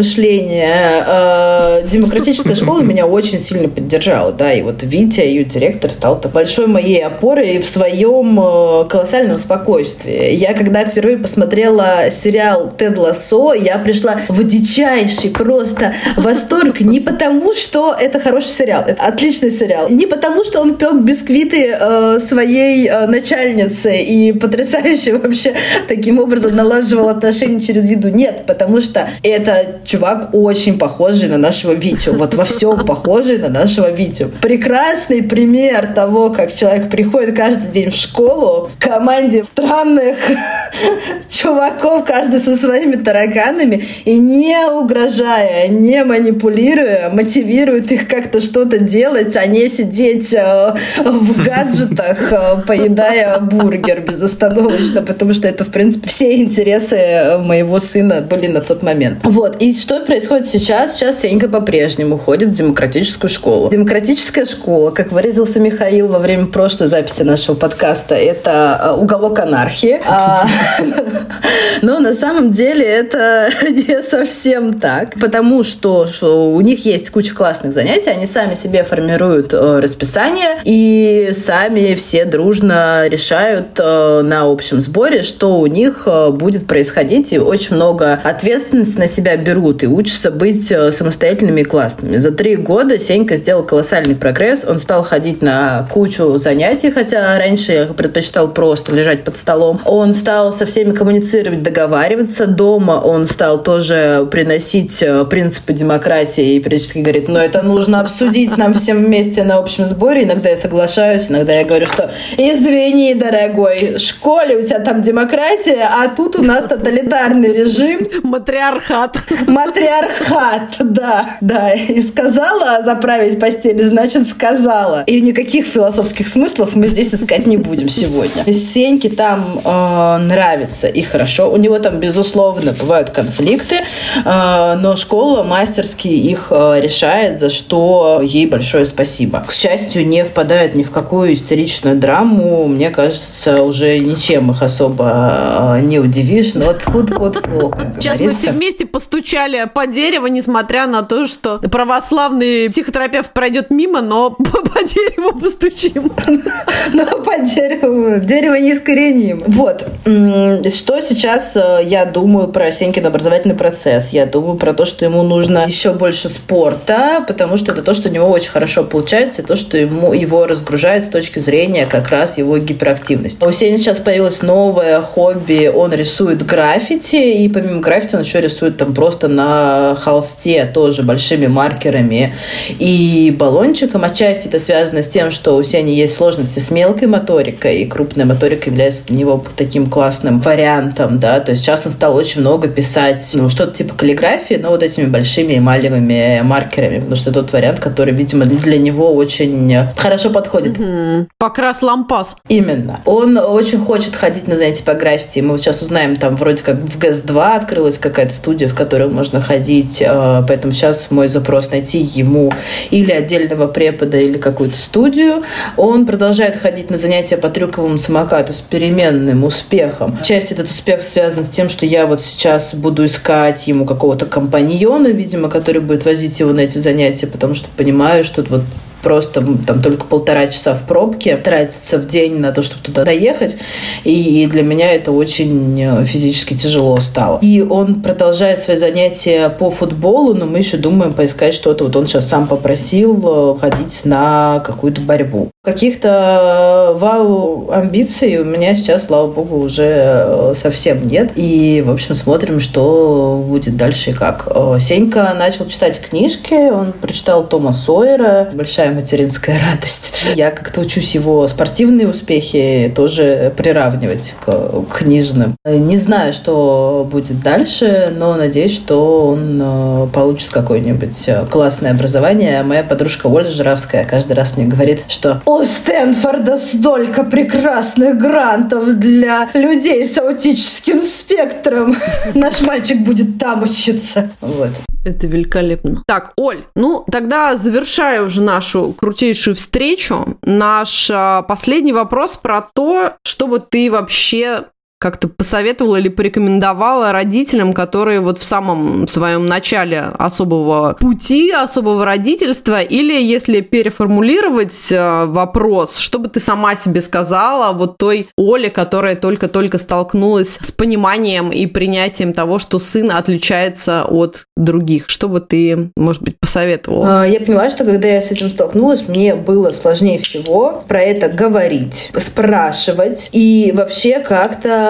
мышления демократическая школа меня очень сильно поддержала, да, и вот Витя, ее директор, стал большой моей опорой в своем колоссальном спокойствии. Я, когда впервые посмотрела сериал «Тед Лассо», я пришла в дичайший просто восторг не потому, что это хороший сериал, это отличный сериал, не потому, что он пек бисквиты своей начальнице и потрясающе вообще таким образом налаживал отношения через еду. Нет, потому что это чувак очень похожий на нашего Витю. Вот во всем похожий на нашего Витю. Прекрасный пример того, как человек приходит каждый день в школу к команде странных чуваков, каждый со своими тараканами, и не угрожая, не манипулируя, мотивирует их как-то что-то делать, а не сидеть в гаджетах, поедая бургер безостановочно, потому что это, в принципе, все интересы моего сына были на тот момент. Вот. И что происходит сейчас? Сейчас Сенька по-прежнему ходит в демократическую школу. Демократическая школа, как выразился Михаил во время прошлой записи нашего подкаста, это уголок анархии. Но на самом деле это не совсем так, потому что у них есть куча классных занятий, они сами себе формируют расписание и сами все дружно решают на общем сборе, что у них будет происходить, и очень много ответственности на себя берут и учатся быть самостоятельными и классными. За 3 года Сенька сделал колоссальный прогресс, он стал ходить на кучу занятий, хотя раньше я предпочитал просто лежать под столом. Он стал со всеми коммуницировать, договариваться. Дома он стал тоже приносить принципы демократии и периодически говорит, но это нужно обсудить нам всем вместе на общем сборе. Иногда я соглашаюсь, иногда я говорю, что извини, дорогой, в школе у тебя там демократия, а тут у нас тоталитарный режим. Матриархат. Матриархат, да. И сказала заправить постель, значит сказала. И никаких философских смыслов мы здесь искать не будем сегодня. Сеньке там нравится и хорошо. У него там, безусловно, бывают конфликты, но школа мастерски их решает, за что ей большое спасибо. К счастью, не впадают ни в какую истеричную драму. Мне кажется, уже ничем их особо не удивишь. Но вот сейчас мы все вместе постучали по дереву, несмотря на то, что православный психотерапевт пройдет мимо, но по дереву постучим. Но по дереву. Дерево неискоренимо. Вот. Что сейчас я думаю про Сенькин образовательный процесс? Я думаю про то, что ему нужно еще больше спорта, потому что это то, что у него очень хорошо получается, и то, что его разгружает с точки зрения как раз его гиперактивности. У Сени сейчас появилось новое хобби, он рисует граффити, и помимо граффити он еще рисует там просто на холсте тоже большими маркерами и баллончиком. Отчасти это связано с тем, что у Сени есть сложности с мелкой моторикой, и крупная моторика является для него таким классным вариантом, да, то есть сейчас он стал очень много писать, что-то типа каллиграфии, но вот этими большими эмалевыми маркерами, потому что тот вариант, который, видимо, для него очень хорошо подходит. Покрас лампас. Именно. Он очень хочет ходить на занятия по граффити. Мы вот сейчас узнаем, там вроде как в ГЭС-2 открылась какая-то студия, в которой можно ходить, поэтому сейчас мой запрос найти ему или отдельного препода, или какую-то студию. Он продолжает ходить на занятия по трюковому самокату с переменным успехом. Часть этот успех связан с тем, что я вот сейчас буду искать ему какого-то компаньона, видимо, который будет возить его на эти занятия, потому что понимаю, что вот просто там только 1,5 часа в пробке тратится в день на то, чтобы туда доехать. И для меня это очень физически тяжело стало. И он продолжает свои занятия по футболу, но мы еще думаем поискать что-то. Вот он сейчас сам попросил ходить на какую-то борьбу. Каких-то вау-амбиций у меня сейчас, слава богу, уже совсем нет. И, в общем, смотрим, что будет дальше и как. Сенька начал читать книжки. Он прочитал Тома Сойера. Большая материнская радость. Я как-то учусь его спортивные успехи тоже приравнивать к книжным. Не знаю, что будет дальше, но надеюсь, что он получит какое-нибудь классное образование. Моя подружка Оля Жиравская каждый раз мне говорит, что у Стэнфорда столько прекрасных грантов для людей с аутическим спектром. Наш мальчик будет там учиться. Вот. Это великолепно. Так, Оль, ну тогда завершая уже нашу крутейшую встречу, наш последний вопрос про то, что бы ты вообще как-то посоветовала или порекомендовала родителям, которые вот в самом своем начале особого пути, особого родительства, или если переформулировать вопрос, что бы ты сама себе сказала вот той Оле, которая только-только столкнулась с пониманием и принятием того, что сын отличается от других, что бы ты, может быть, посоветовала? Я поняла, что когда я с этим столкнулась, мне было сложнее всего про это говорить, спрашивать и вообще как-то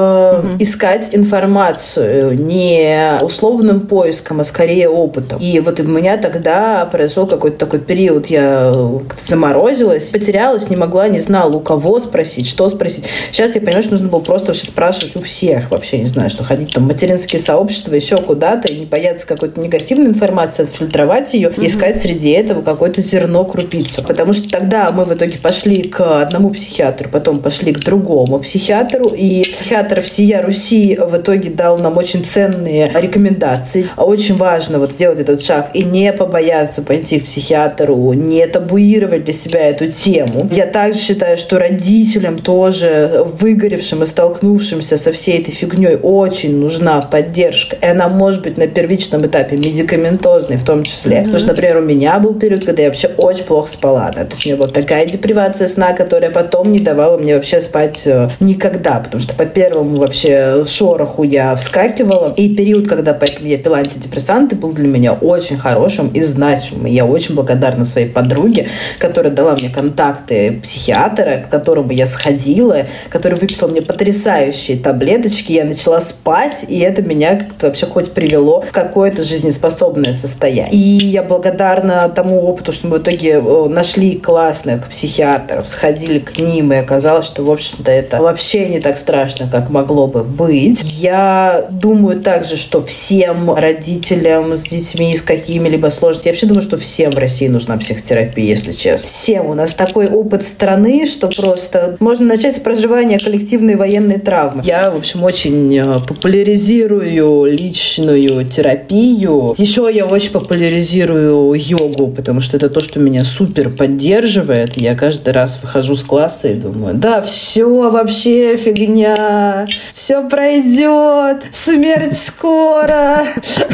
искать информацию не условным поиском, а скорее опытом. И вот у меня тогда произошел какой-то такой период, я заморозилась, потерялась, не могла, не знала, у кого спросить, что спросить. Сейчас я понимаю, что нужно было просто вообще спрашивать у всех, вообще не знаю, что ходить там в материнские сообщества, еще куда-то, и не бояться какой-то негативной информации, отфильтровать ее, и искать среди этого какое-то зерно, крупицу. Потому что тогда мы в итоге пошли к одному психиатру, потом пошли к другому психиатру, и психиатр всея Руси в итоге дал нам очень ценные рекомендации. Очень важно вот сделать этот шаг и не побояться пойти к психиатру, не табуировать для себя эту тему. Я также считаю, что родителям тоже, выгоревшим и столкнувшимся со всей этой фигней, очень нужна поддержка. И она может быть на первичном этапе медикаментозной в том числе. Потому что, например, у меня был период, когда я вообще очень плохо спала. Да? То есть у меня была такая депривация сна, которая потом не давала мне вообще спать никогда. Потому что по первому вообще шороху я вскакивала. И период, когда поэтому я пила антидепрессанты, был для меня очень хорошим и значимым. И я очень благодарна своей подруге, которая дала мне контакты психиатра, к которому я сходила, который выписал мне потрясающие таблеточки. Я начала спать, и это меня как-то вообще хоть привело в какое-то жизнеспособное состояние. И я благодарна тому опыту, что мы в итоге нашли классных психиатров, сходили к ним, и оказалось, что, в общем-то, это вообще не так страшно, как могло бы быть. Я думаю также, что всем родителям с детьми с какими-либо сложностями, я вообще думаю, что всем в России нужна психотерапия, если честно. Всем. У нас такой опыт страны, что просто можно начать с проживания коллективной военной травмы. Я, в общем, очень популяризирую личную терапию. Еще я очень популяризирую йогу, потому что это то, что меня супер поддерживает. Я каждый раз выхожу с класса и думаю, да, все вообще фигня, все пройдет, смерть скоро,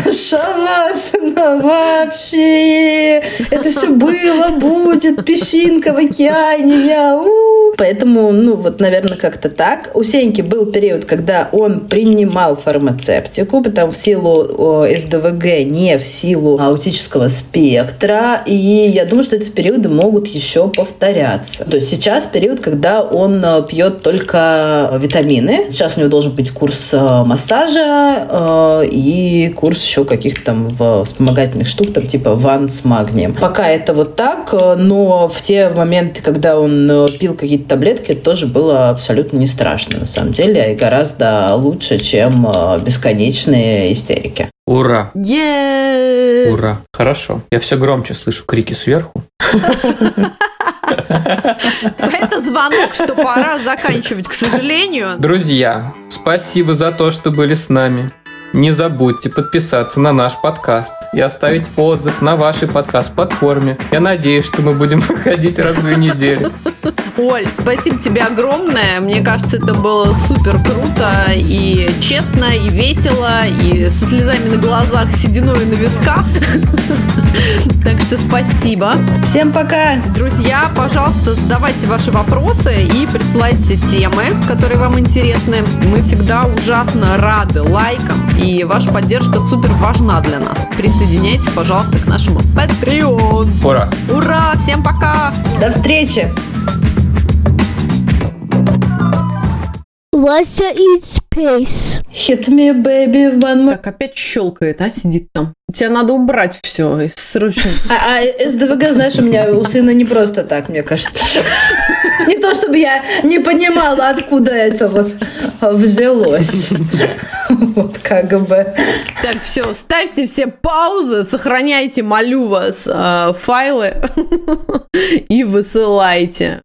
шавасана вообще, это все было, будет, песчинка в океане, Поэтому, наверное, как-то так. У Сеньки был период, когда он принимал фармацевтику, потому в силу СДВГ, не в силу аутического спектра, и я думаю, что эти периоды могут еще повторяться. То есть сейчас период, когда он пьет только витамины. Сейчас у него должен быть курс массажа и курс еще каких-то там вспомогательных штук, там типа ванн с магнием. Пока это вот так, но в те моменты, когда он пил какие-то таблетки, это тоже было абсолютно не страшно, на самом деле, и гораздо лучше, чем бесконечные истерики. Ура! Yeah! Ура! Хорошо. Я все громче слышу крики сверху. Это звонок, что пора заканчивать, к сожалению. Друзья, спасибо за то, что были с нами. Не забудьте подписаться на наш подкаст и оставить отзыв на вашей подкаст-платформе. Я надеюсь, что мы будем выходить раз в 2 недели. Оль, спасибо тебе огромное. Мне кажется, это было супер круто и честно, и весело, и со слезами на глазах, сединой на висках. Так что спасибо. Всем пока! Друзья, пожалуйста, задавайте ваши вопросы и присылайте темы, которые вам интересны. Мы всегда ужасно рады лайкам, и ваша поддержка супер важна для нас. Присоединяйтесь, пожалуйста, к нашему Patreon. Ура! Ура! Всем пока! До встречи! Russia in space. Hit me, baby, one more. Так, опять щелкает, сидит там. Тебе надо убрать все срочно. А СДВГ, знаешь, у меня у сына не просто так, мне кажется. Не то, чтобы я не понимала, откуда это вот взялось. Вот как бы. Так, все, ставьте все паузы, сохраняйте, молю вас, файлы и высылайте.